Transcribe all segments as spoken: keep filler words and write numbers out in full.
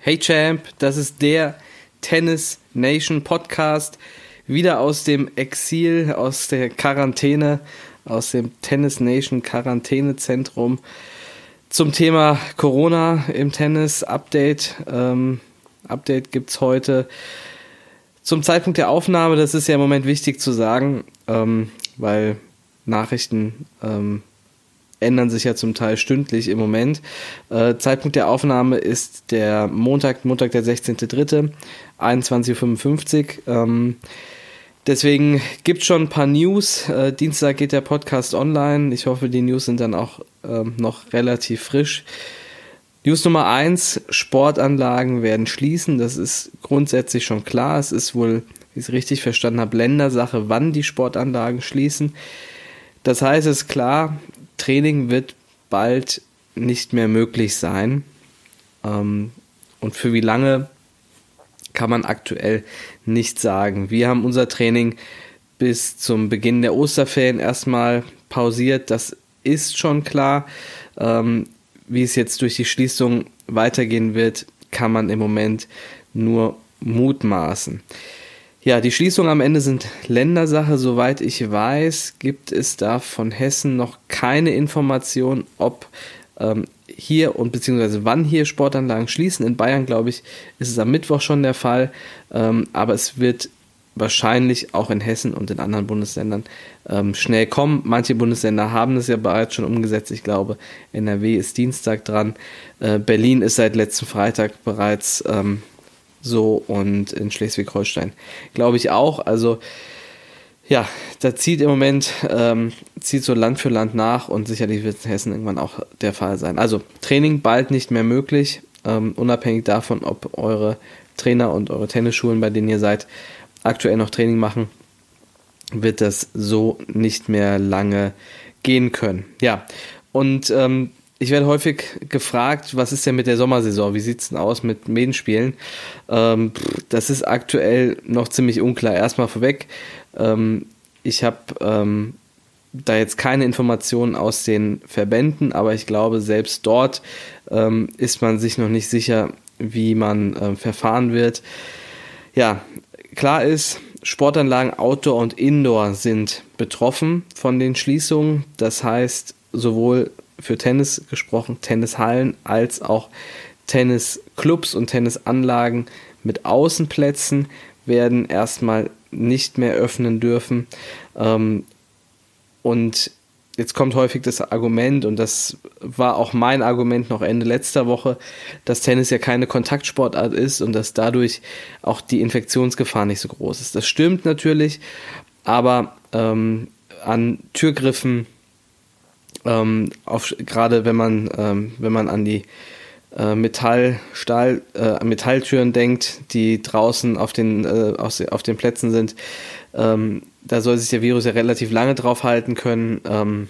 Hey Champ, das ist der Tennis Nation Podcast, wieder aus dem Exil, aus der Quarantäne, aus dem Tennis Nation Quarantänezentrum zum Thema Corona im Tennis. Update, ähm, Update gibt's heute. Zum Zeitpunkt der Aufnahme, das ist ja im Moment wichtig zu sagen, ähm, weil Nachrichten ähm, ändern sich ja zum Teil stündlich im Moment. Äh, Zeitpunkt der Aufnahme ist der Montag, Montag der sechzehnter dritte einundzwanzig Uhr fünfundfünfzig. Ähm, deswegen gibt es schon ein paar News. Äh, Dienstag geht der Podcast online. Ich hoffe, die News sind dann auch ähm, noch relativ frisch. News Nummer eins, Sportanlagen werden schließen. Das ist grundsätzlich schon klar. Es ist wohl, wie ich es richtig verstanden habe, Ländersache, wann die Sportanlagen schließen. Das heißt, es ist klar, Training wird bald nicht mehr möglich sein. Ähm, und für wie lange kann man aktuell nicht sagen. Wir haben unser Training bis zum Beginn der Osterferien erstmal pausiert. Das ist schon klar. Ähm, wie es jetzt durch die Schließung weitergehen wird, kann man im Moment nur mutmaßen. Ja, die Schließungen am Ende sind Ländersache. Soweit ich weiß, gibt es da von Hessen noch keine Information, ob ähm, hier und beziehungsweise wann hier Sportanlagen schließen. In Bayern, glaube ich, ist es am Mittwoch schon der Fall. Ähm, aber es wird wahrscheinlich auch in Hessen und in anderen Bundesländern ähm, schnell kommen. Manche Bundesländer haben es ja bereits schon umgesetzt. Ich glaube, N R W ist Dienstag dran. Äh, Berlin ist seit letzten Freitag bereits ähm, so und in Schleswig-Holstein glaube ich auch. Also ja, da zieht im Moment ähm, zieht so Land für Land nach und sicherlich wird es in Hessen irgendwann auch der Fall sein. Also Training bald nicht mehr möglich, ähm, unabhängig davon, ob eure Trainer und eure Tennisschulen, bei denen ihr seid, aktuell noch Training machen, wird das so nicht mehr lange gehen können. Ja, und ähm, ich werde häufig gefragt, was ist denn mit der Sommersaison? Wie sieht es denn aus mit Medenspielen? Ähm, das ist aktuell noch ziemlich unklar. Erstmal vorweg, ähm, ich habe ähm, da jetzt keine Informationen aus den Verbänden, aber ich glaube, selbst dort ähm, ist man sich noch nicht sicher, wie man äh, verfahren wird. Ja, klar ist, Sportanlagen Outdoor und Indoor sind betroffen von den Schließungen. Das heißt, sowohl für Tennis gesprochen, Tennishallen, als auch Tennisclubs und Tennisanlagen mit Außenplätzen werden erstmal nicht mehr öffnen dürfen. Und jetzt kommt häufig das Argument, und das war auch mein Argument noch Ende letzter Woche, dass Tennis ja keine Kontaktsportart ist und dass dadurch auch die Infektionsgefahr nicht so groß ist. Das stimmt natürlich, aber ähm, an Türgriffen, ähm, auf, gerade wenn man, ähm, wenn man an die äh, Metall, Stahl, äh, Metalltüren denkt, die draußen auf den, äh, auf, auf den Plätzen sind, ähm, da soll sich der Virus ja relativ lange drauf halten können. Ähm,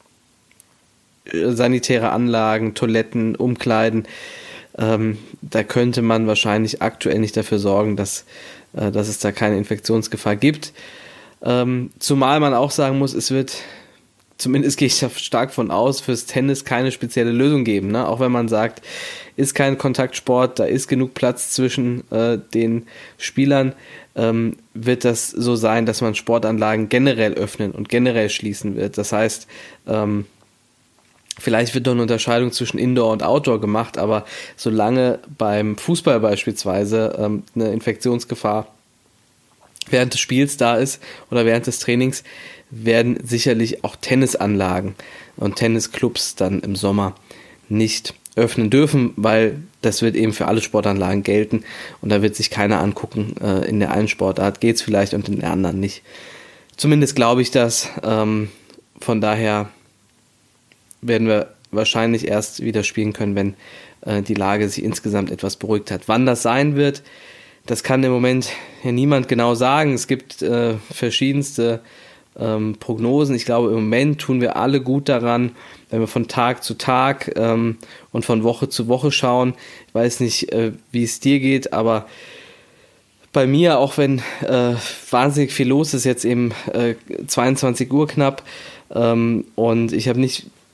sanitäre Anlagen, Toiletten, Umkleiden, ähm, da könnte man wahrscheinlich aktuell nicht dafür sorgen, dass, äh, dass es da keine Infektionsgefahr gibt. Ähm, zumal man auch sagen muss, es wird, zumindest gehe ich da stark von aus, fürs Tennis keine spezielle Lösung geben. Ne? Auch wenn man sagt, ist kein Kontaktsport, da ist genug Platz zwischen äh, den Spielern, ähm, wird das so sein, dass man Sportanlagen generell öffnen und generell schließen wird. Das heißt, ähm, vielleicht wird doch eine Unterscheidung zwischen Indoor und Outdoor gemacht, aber solange beim Fußball beispielsweise ähm, eine Infektionsgefahr während des Spiels da ist oder während des Trainings, werden sicherlich auch Tennisanlagen und Tennisclubs dann im Sommer nicht öffnen dürfen, weil das wird eben für alle Sportanlagen gelten und da wird sich keiner angucken, äh, in der einen Sportart geht es vielleicht und in der anderen nicht. Zumindest glaube ich das. Ähm, von daher werden wir wahrscheinlich erst wieder spielen können, wenn äh, die Lage sich insgesamt etwas beruhigt hat. Wann das sein wird, das kann im Moment ja niemand genau sagen. Es gibt äh, verschiedenste ähm, Prognosen. Ich glaube, im Moment tun wir alle gut daran, wenn wir von Tag zu Tag ähm, und von Woche zu Woche schauen. Ich weiß nicht, äh, wie es dir geht, aber bei mir, auch wenn äh, wahnsinnig viel los ist, jetzt eben äh, zweiundzwanzig Uhr knapp, ähm, und ich habe nicht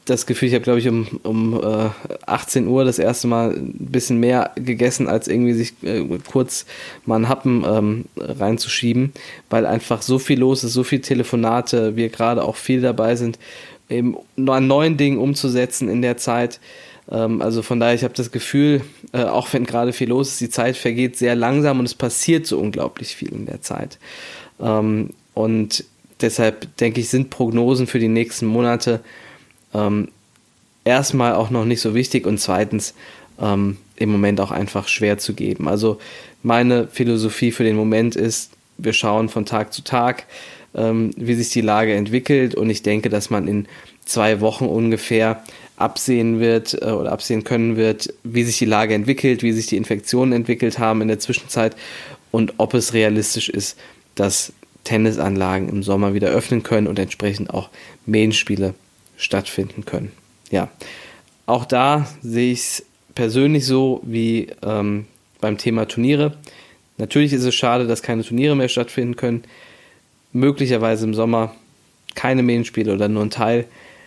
das Gefühl, ich habe, glaube ich, um, um äh, achtzehn Uhr das erste Mal ein bisschen mehr gegessen, als irgendwie sich äh, kurz mal einen Happen ähm, reinzuschieben, weil einfach so viel los ist, so viele Telefonate, wir gerade auch viel dabei sind, eben an neuen Dingen umzusetzen in der Zeit. Ähm, also von daher, ich habe das Gefühl, äh, auch wenn gerade viel los ist, die Zeit vergeht sehr langsam und es passiert so unglaublich viel in der Zeit. Ähm, und deshalb denke ich, sind Prognosen für die nächsten Monate Ähm, erstmal auch noch nicht so wichtig und zweitens ähm, im Moment auch einfach schwer zu geben. Also meine Philosophie für den Moment ist, wir schauen von Tag zu Tag, ähm, wie sich die Lage entwickelt und ich denke, dass man in zwei Wochen ungefähr absehen wird äh, oder absehen können wird, wie sich die Lage entwickelt, wie sich die Infektionen entwickelt haben in der Zwischenzeit und ob es realistisch ist, dass Tennisanlagen im Sommer wieder öffnen können und entsprechend auch Main-Spiele stattfinden können. Ja, auch da sehe ich es persönlich so wie ähm, beim Thema Turniere. Natürlich ist es schade, dass keine Turniere mehr stattfinden können. Möglicherweise im Sommer keine Main-Spiele oder nur ein Teil.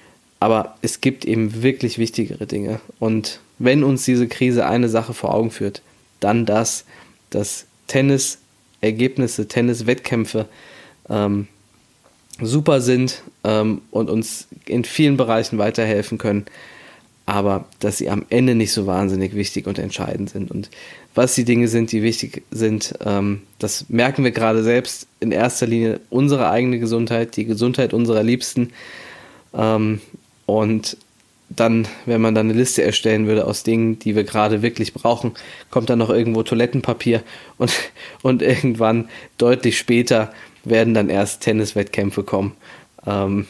Aber es gibt eben wirklich wichtigere Dinge. Und wenn uns diese Krise eine Sache vor Augen führt, dann das, dass Tennis-Ergebnisse, Tennis-Wettkämpfe ähm, super sind ähm, und uns in vielen Bereichen weiterhelfen können, aber dass sie am Ende nicht so wahnsinnig wichtig und entscheidend sind. Und was die Dinge sind, die wichtig sind, ähm, das merken wir gerade selbst in erster Linie unsere eigene Gesundheit, die Gesundheit unserer Liebsten. Ähm, und dann, wenn man dann eine Liste erstellen würde aus Dingen, die wir gerade wirklich brauchen, kommt dann noch irgendwo Toilettenpapier und, und irgendwann deutlich später werden dann erst Tenniswettkämpfe kommen. Ähm,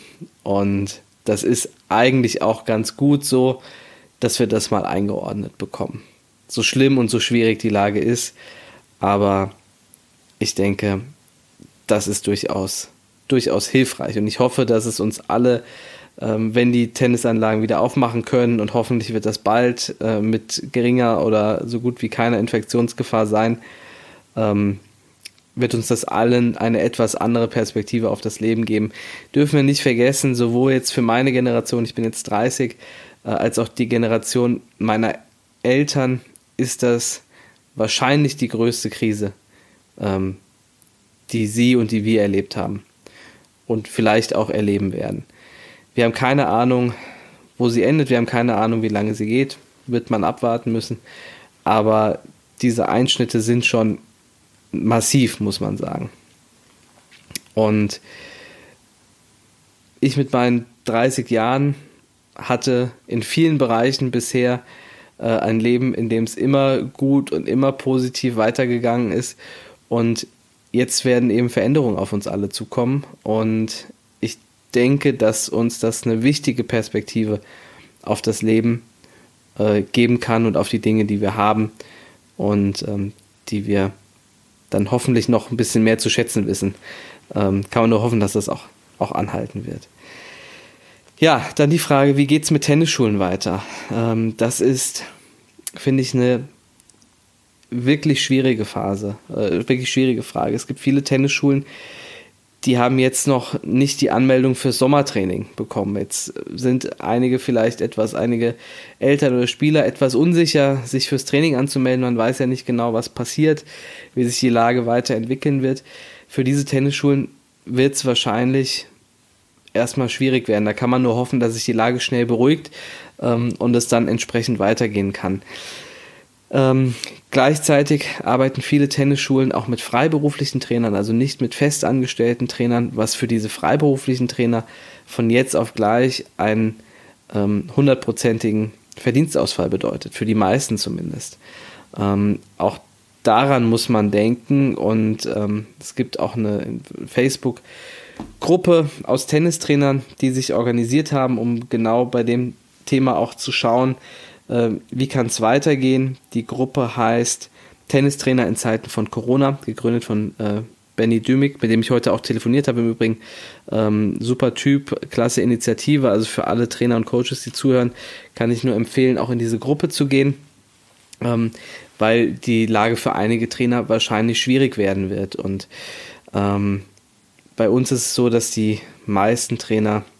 und das ist eigentlich auch ganz gut so, dass wir das mal eingeordnet bekommen. So schlimm und so schwierig die Lage ist, aber ich denke, das ist durchaus, durchaus hilfreich. Und ich hoffe, dass es uns alle, ähm, wenn die Tennisanlagen wieder aufmachen können, und hoffentlich wird das bald äh, mit geringer oder so gut wie keiner Infektionsgefahr sein, ähm, wird uns das allen eine etwas andere Perspektive auf das Leben geben. Dürfen wir nicht vergessen, sowohl jetzt für meine Generation, ich bin jetzt dreißig, äh, als auch die Generation meiner Eltern ist das wahrscheinlich die größte Krise, ähm, die sie und die wir erlebt haben und vielleicht auch erleben werden. Wir haben keine Ahnung, wo sie endet, wir haben keine Ahnung, wie lange sie geht, wird man abwarten müssen, aber diese Einschnitte sind schon massiv, muss man sagen. Und ich mit meinen dreißig Jahren hatte in vielen Bereichen bisher äh, ein Leben, in dem es immer gut und immer positiv weitergegangen ist. Und jetzt werden eben Veränderungen auf uns alle zukommen. Und ich denke, dass uns das eine wichtige Perspektive auf das Leben äh, geben kann und auf die Dinge, die wir haben und ähm, die wir dann hoffentlich noch ein bisschen mehr zu schätzen wissen. Ähm, kann man nur hoffen, dass das auch, auch anhalten wird. Ja, dann die Frage, wie geht es mit Tennisschulen weiter? Ähm, das ist, finde ich, eine wirklich schwierige Phase, äh, wirklich schwierige Frage. Es gibt viele Tennisschulen, die haben jetzt noch nicht die Anmeldung fürs Sommertraining bekommen. Jetzt sind einige vielleicht etwas, einige Eltern oder Spieler etwas unsicher, sich fürs Training anzumelden. Man weiß ja nicht genau, was passiert, wie sich die Lage weiterentwickeln wird. Für diese Tennisschulen wird es wahrscheinlich erstmal schwierig werden. Da kann man nur hoffen, dass sich die Lage schnell beruhigt ähm, und es dann entsprechend weitergehen kann. Ähm, gleichzeitig arbeiten viele Tennisschulen auch mit freiberuflichen Trainern, also nicht mit festangestellten Trainern, was für diese freiberuflichen Trainer von jetzt auf gleich einen ähm, hundertprozentigen Verdienstausfall bedeutet, für die meisten zumindest. Ähm, auch daran muss man denken und ähm, es gibt auch eine Facebook-Gruppe aus Tennistrainern, die sich organisiert haben, um genau bei dem Thema auch zu schauen, wie kann es weitergehen? Die Gruppe heißt Tennistrainer in Zeiten von Corona, gegründet von äh, Benny Dümig, mit dem ich heute auch telefoniert habe im Übrigen. Ähm, super Typ, klasse Initiative, also für alle Trainer und Coaches, die zuhören, kann ich nur empfehlen, auch in diese Gruppe zu gehen, ähm, weil die Lage für einige Trainer wahrscheinlich schwierig werden wird. Und ähm, bei uns ist es so, dass die meisten Trainer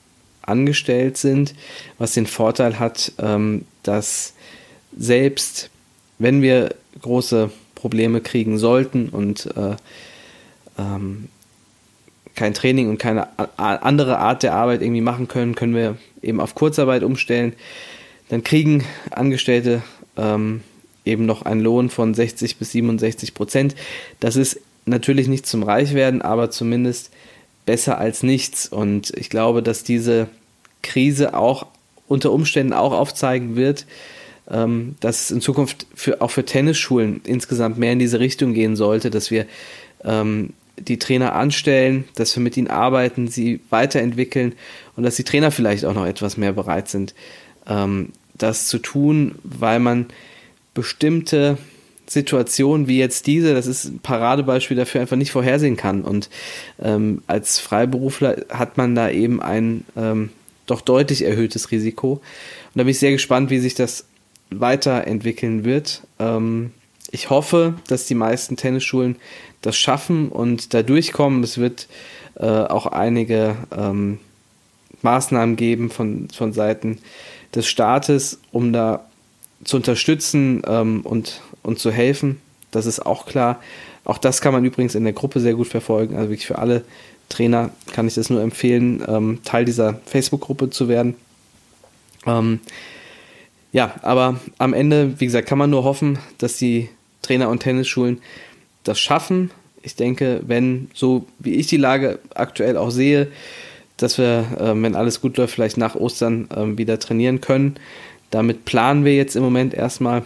angestellt sind, was den Vorteil hat, ähm, dass selbst wenn wir große Probleme kriegen sollten und äh, ähm, kein Training und keine a- andere Art der Arbeit irgendwie machen können, können wir eben auf Kurzarbeit umstellen. Dann kriegen Angestellte ähm, eben noch einen Lohn von sechzig bis siebenundsechzig Prozent. Das ist natürlich nicht zum Reichwerden, aber zumindest besser als nichts. Und ich glaube, dass diese Krise auch unter Umständen auch aufzeigen wird, ähm, dass es in Zukunft für, auch für Tennisschulen insgesamt mehr in diese Richtung gehen sollte, dass wir ähm, die Trainer anstellen, dass wir mit ihnen arbeiten, sie weiterentwickeln und dass die Trainer vielleicht auch noch etwas mehr bereit sind, ähm, das zu tun, weil man bestimmte Situationen wie jetzt diese, das ist ein Paradebeispiel dafür, einfach nicht vorhersehen kann. Und ähm, als Freiberufler hat man da eben ein ähm, doch deutlich erhöhtes Risiko. Und da bin ich sehr gespannt, wie sich das weiterentwickeln wird. Ähm, ich hoffe, dass die meisten Tennisschulen das schaffen und da durchkommen. Es wird äh, auch einige ähm, Maßnahmen geben von, von Seiten des Staates, um da zu unterstützen ähm, und, und zu helfen. Das ist auch klar. Auch das kann man übrigens in der Gruppe sehr gut verfolgen. Also wirklich für alle Trainer kann ich das nur empfehlen, ähm, Teil dieser Facebook-Gruppe zu werden. Ähm, ja, aber am Ende, wie gesagt, kann man nur hoffen, dass die Trainer und Tennisschulen das schaffen. Ich denke, wenn, so wie ich die Lage aktuell auch sehe, dass wir, ähm, wenn alles gut läuft, vielleicht nach Ostern ähm, wieder trainieren können. Damit planen wir jetzt im Moment erstmal,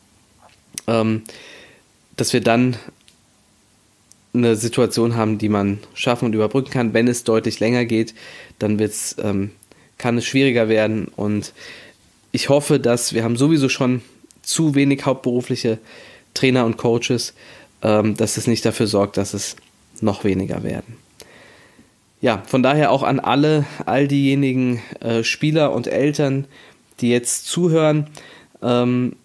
ähm, dass wir dann eine Situation haben, die man schaffen und überbrücken kann. Wenn es deutlich länger geht, dann wird's, ähm, kann es schwieriger werden. Und ich hoffe, dass wir haben sowieso schon zu wenig hauptberufliche Trainer und Coaches, ähm, dass es nicht dafür sorgt, dass es noch weniger werden. Ja, von daher auch an alle, all diejenigen äh, Spieler und Eltern, die jetzt zuhören. Ähm,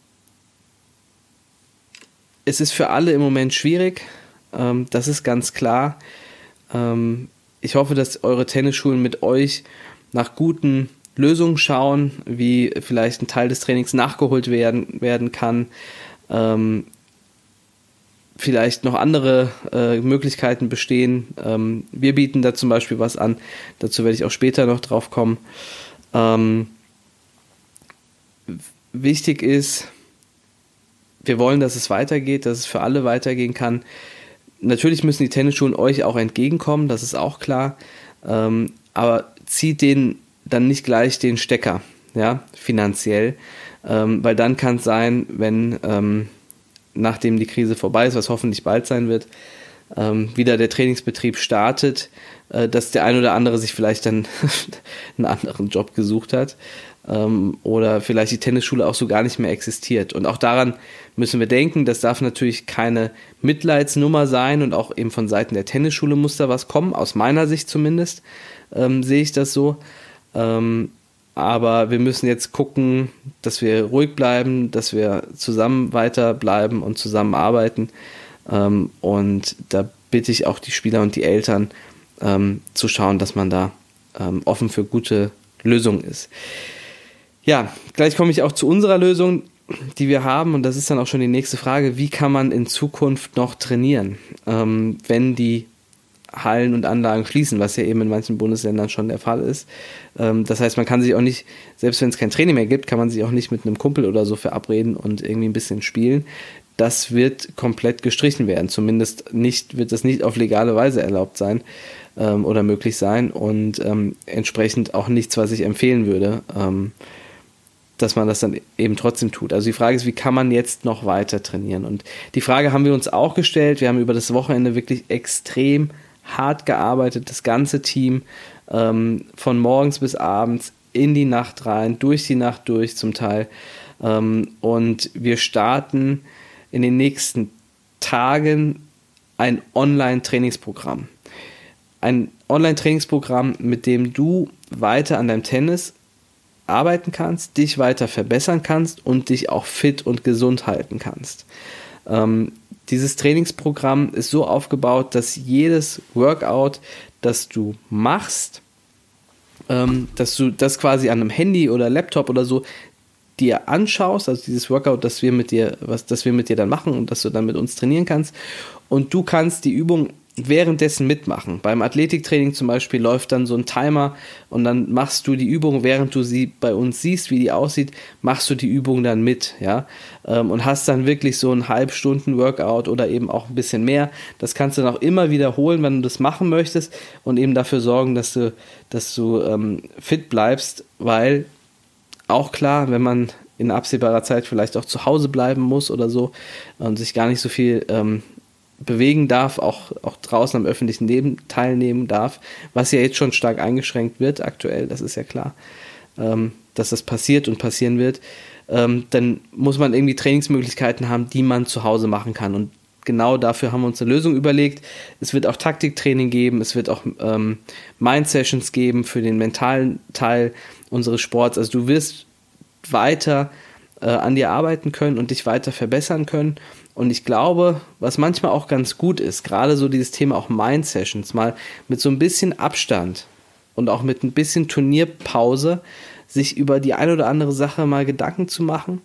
es ist für alle im Moment schwierig, ähm, das ist ganz klar. Ähm, ich hoffe, dass eure Tennisschulen mit euch nach guten Lösungen schauen, wie vielleicht ein Teil des Trainings nachgeholt werden, werden kann. Ähm, vielleicht noch andere äh, Möglichkeiten bestehen. Ähm, wir bieten da zum Beispiel was an. Dazu werde ich auch später noch drauf kommen. Ähm, wichtig ist, wir wollen, dass es weitergeht, dass es für alle weitergehen kann. Natürlich müssen die Tennisschulen euch auch entgegenkommen, das ist auch klar. Ähm, aber zieht denen dann nicht gleich den Stecker, ja, finanziell. Ähm, weil dann kann es sein, wenn ähm, nachdem die Krise vorbei ist, was hoffentlich bald sein wird, ähm, wieder der Trainingsbetrieb startet, äh, dass der ein oder andere sich vielleicht dann einen anderen Job gesucht hat ähm, oder vielleicht die Tennisschule auch so gar nicht mehr existiert. Und auch daran müssen wir denken, das darf natürlich keine Mitleidsnummer sein und auch eben von Seiten der Tennisschule muss da was kommen, aus meiner Sicht zumindest ähm, sehe ich das so. Ähm, Aber wir müssen jetzt gucken, dass wir ruhig bleiben, dass wir zusammen weiterbleiben und zusammenarbeiten. Ähm, und da bitte ich auch die Spieler und die Eltern ähm, zu schauen, dass man da ähm, offen für gute Lösungen ist. Ja, gleich komme ich auch zu unserer Lösung, die wir haben. Und das ist dann auch schon die nächste Frage. Wie kann man in Zukunft noch trainieren, ähm, wenn die Hallen und Anlagen schließen, was ja eben in manchen Bundesländern schon der Fall ist. Das heißt, man kann sich auch nicht, selbst wenn es kein Training mehr gibt, kann man sich auch nicht mit einem Kumpel oder so verabreden und irgendwie ein bisschen spielen. Das wird komplett gestrichen werden. Zumindest nicht, wird das nicht auf legale Weise erlaubt sein ähm, oder möglich sein und ähm, entsprechend auch nichts, was ich empfehlen würde, ähm, dass man das dann eben trotzdem tut. Also die Frage ist, wie kann man jetzt noch weiter trainieren? Und die Frage haben wir uns auch gestellt. Wir haben über das Wochenende wirklich extrem hart gearbeitet, das ganze Team, ähm, von morgens bis abends in die Nacht rein, durch die Nacht durch zum Teil. Ähm, und wir starten in den nächsten Tagen ein Online-Trainingsprogramm. Ein Online-Trainingsprogramm, mit dem du weiter an deinem Tennis arbeiten kannst, dich weiter verbessern kannst und dich auch fit und gesund halten kannst. Ähm, Dieses Trainingsprogramm ist so aufgebaut, dass jedes Workout, das du machst, ähm, dass du das quasi an einem Handy oder Laptop oder so dir anschaust, also dieses Workout, das wir mit dir, was, das wir mit dir dann machen und dass du dann mit uns trainieren kannst. Und du kannst die Übung währenddessen mitmachen. Beim Athletiktraining zum Beispiel läuft dann so ein Timer und dann machst du die Übung, während du sie bei uns siehst, wie die aussieht, machst du die Übung dann mit, ja, und hast dann wirklich so ein Halbstunden-Workout oder eben auch ein bisschen mehr. Das kannst du dann auch immer wiederholen, wenn du das machen möchtest und eben dafür sorgen, dass du, dass du ähm, fit bleibst, weil auch klar, wenn man in absehbarer Zeit vielleicht auch zu Hause bleiben muss oder so und sich gar nicht so viel ähm, bewegen darf, auch, auch draußen am öffentlichen Leben teilnehmen darf, was ja jetzt schon stark eingeschränkt wird aktuell, das ist ja klar, ähm, dass das passiert und passieren wird, ähm, dann muss man irgendwie Trainingsmöglichkeiten haben, die man zu Hause machen kann. Und genau dafür haben wir uns eine Lösung überlegt. Es wird auch Taktiktraining geben, es wird auch ähm, Mind-Sessions geben für den mentalen Teil unseres Sports. Also du wirst weiter äh, an dir arbeiten können und dich weiter verbessern können. Und ich glaube, was manchmal auch ganz gut ist, gerade so dieses Thema auch Mind-Sessions, mal mit so ein bisschen Abstand und auch mit ein bisschen Turnierpause sich über die eine oder andere Sache mal Gedanken zu machen,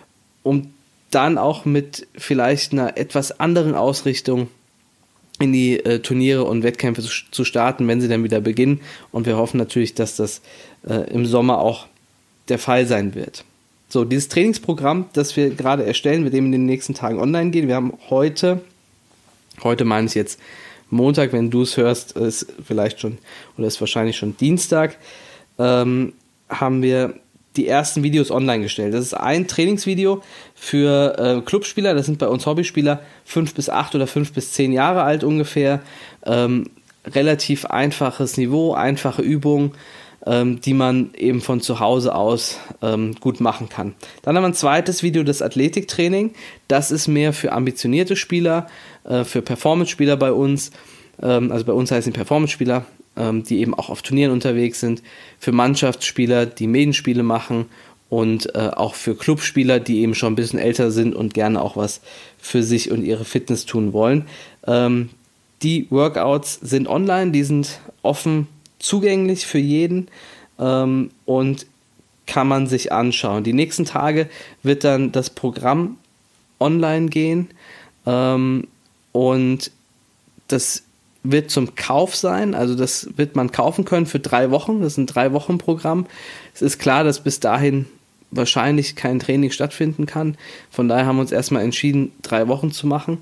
um dann auch mit vielleicht einer etwas anderen Ausrichtung in die äh, Turniere und Wettkämpfe zu, zu starten, wenn sie dann wieder beginnen. Und wir hoffen natürlich, dass das äh, im Sommer auch der Fall sein wird. So, dieses Trainingsprogramm, das wir gerade erstellen, mit dem in den nächsten Tagen online gehen. Wir haben heute, heute meine ich jetzt Montag, wenn du es hörst, ist vielleicht schon, oder ist wahrscheinlich schon Dienstag, ähm, haben wir die ersten Videos online gestellt. Das ist ein Trainingsvideo für äh, Clubspieler, das sind bei uns Hobbyspieler, fünf bis acht oder fünf bis zehn Jahre alt ungefähr. Ähm, relativ einfaches Niveau, einfache Übungen, ähm, die man eben von zu Hause aus ähm, gut machen kann. Dann haben wir ein zweites Video, das Athletiktraining. Das ist mehr für ambitionierte Spieler, äh, für Performance-Spieler bei uns. Ähm, also bei uns heißen die Performance-Spieler, die eben auch auf Turnieren unterwegs sind, für Mannschaftsspieler, die Medenspiele machen und äh, auch für Clubspieler, die eben schon ein bisschen älter sind und gerne auch was für sich und ihre Fitness tun wollen. Ähm, die Workouts sind online, die sind offen zugänglich für jeden ähm, und kann man sich anschauen. Die nächsten Tage wird dann das Programm online gehen ähm, und das wird zum Kauf sein, also das wird man kaufen können für drei Wochen, das ist ein drei Wochen Programm. Es ist klar, dass bis dahin wahrscheinlich kein Training stattfinden kann, von daher haben wir uns erstmal entschieden, drei Wochen zu machen.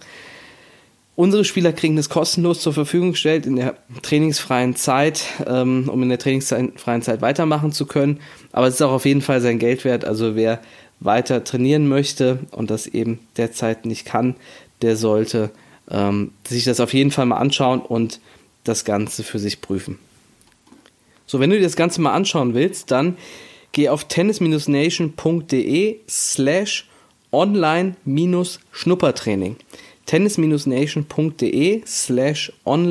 Unsere Spieler kriegen das kostenlos zur Verfügung gestellt in der trainingsfreien Zeit, ähm, um in der trainingsfreien Zeit weitermachen zu können, aber es ist auch auf jeden Fall sein Geld wert, also wer weiter trainieren möchte und das eben derzeit nicht kann, der sollte Ähm, sich das auf jeden Fall mal anschauen und das Ganze für sich prüfen. So, wenn du dir das Ganze mal anschauen willst, dann geh auf tennis-nation.de slash online-schnuppertraining. tennis-nation.de slash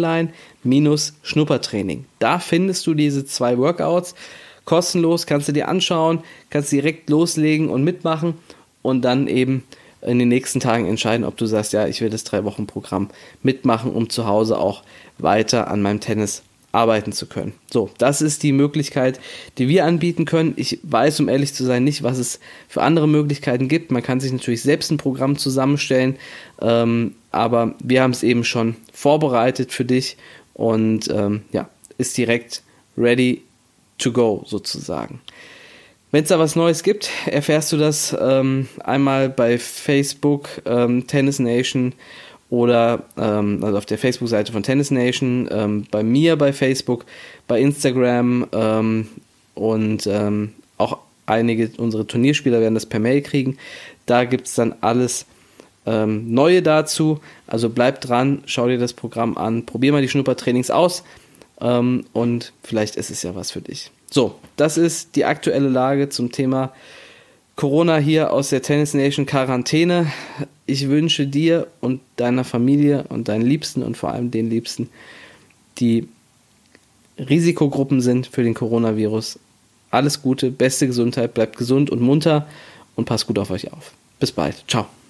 online-schnuppertraining. Da findest du diese zwei Workouts kostenlos, kannst du dir anschauen, kannst direkt loslegen und mitmachen und dann eben in den nächsten Tagen entscheiden, ob du sagst, ja, ich will das drei-Wochen-Programm mitmachen, um zu Hause auch weiter an meinem Tennis arbeiten zu können. So, das ist die Möglichkeit, die wir anbieten können. Ich weiß, um ehrlich zu sein, nicht, was es für andere Möglichkeiten gibt. Man kann sich natürlich selbst ein Programm zusammenstellen, ähm, aber wir haben es eben schon vorbereitet für dich und ähm, ja, ist direkt ready to go sozusagen. Wenn es da was Neues gibt, erfährst du das ähm, einmal bei Facebook, ähm, Tennis Nation oder ähm, also auf der Facebook-Seite von Tennis Nation, ähm, bei mir bei Facebook, bei Instagram ähm, und ähm, auch einige unserer Turnierspieler werden das per Mail kriegen. Da gibt es dann alles ähm, Neue dazu. Also bleib dran, schau dir das Programm an, probier mal die Schnuppertrainings aus ähm, und vielleicht ist es ja was für dich. So, das ist die aktuelle Lage zum Thema Corona hier aus der Tennis Nation Quarantäne. Ich wünsche dir und deiner Familie und deinen Liebsten und vor allem den Liebsten, die Risikogruppen sind für den Coronavirus, alles Gute, beste Gesundheit, bleibt gesund und munter und passt gut auf euch auf. Bis bald. Ciao.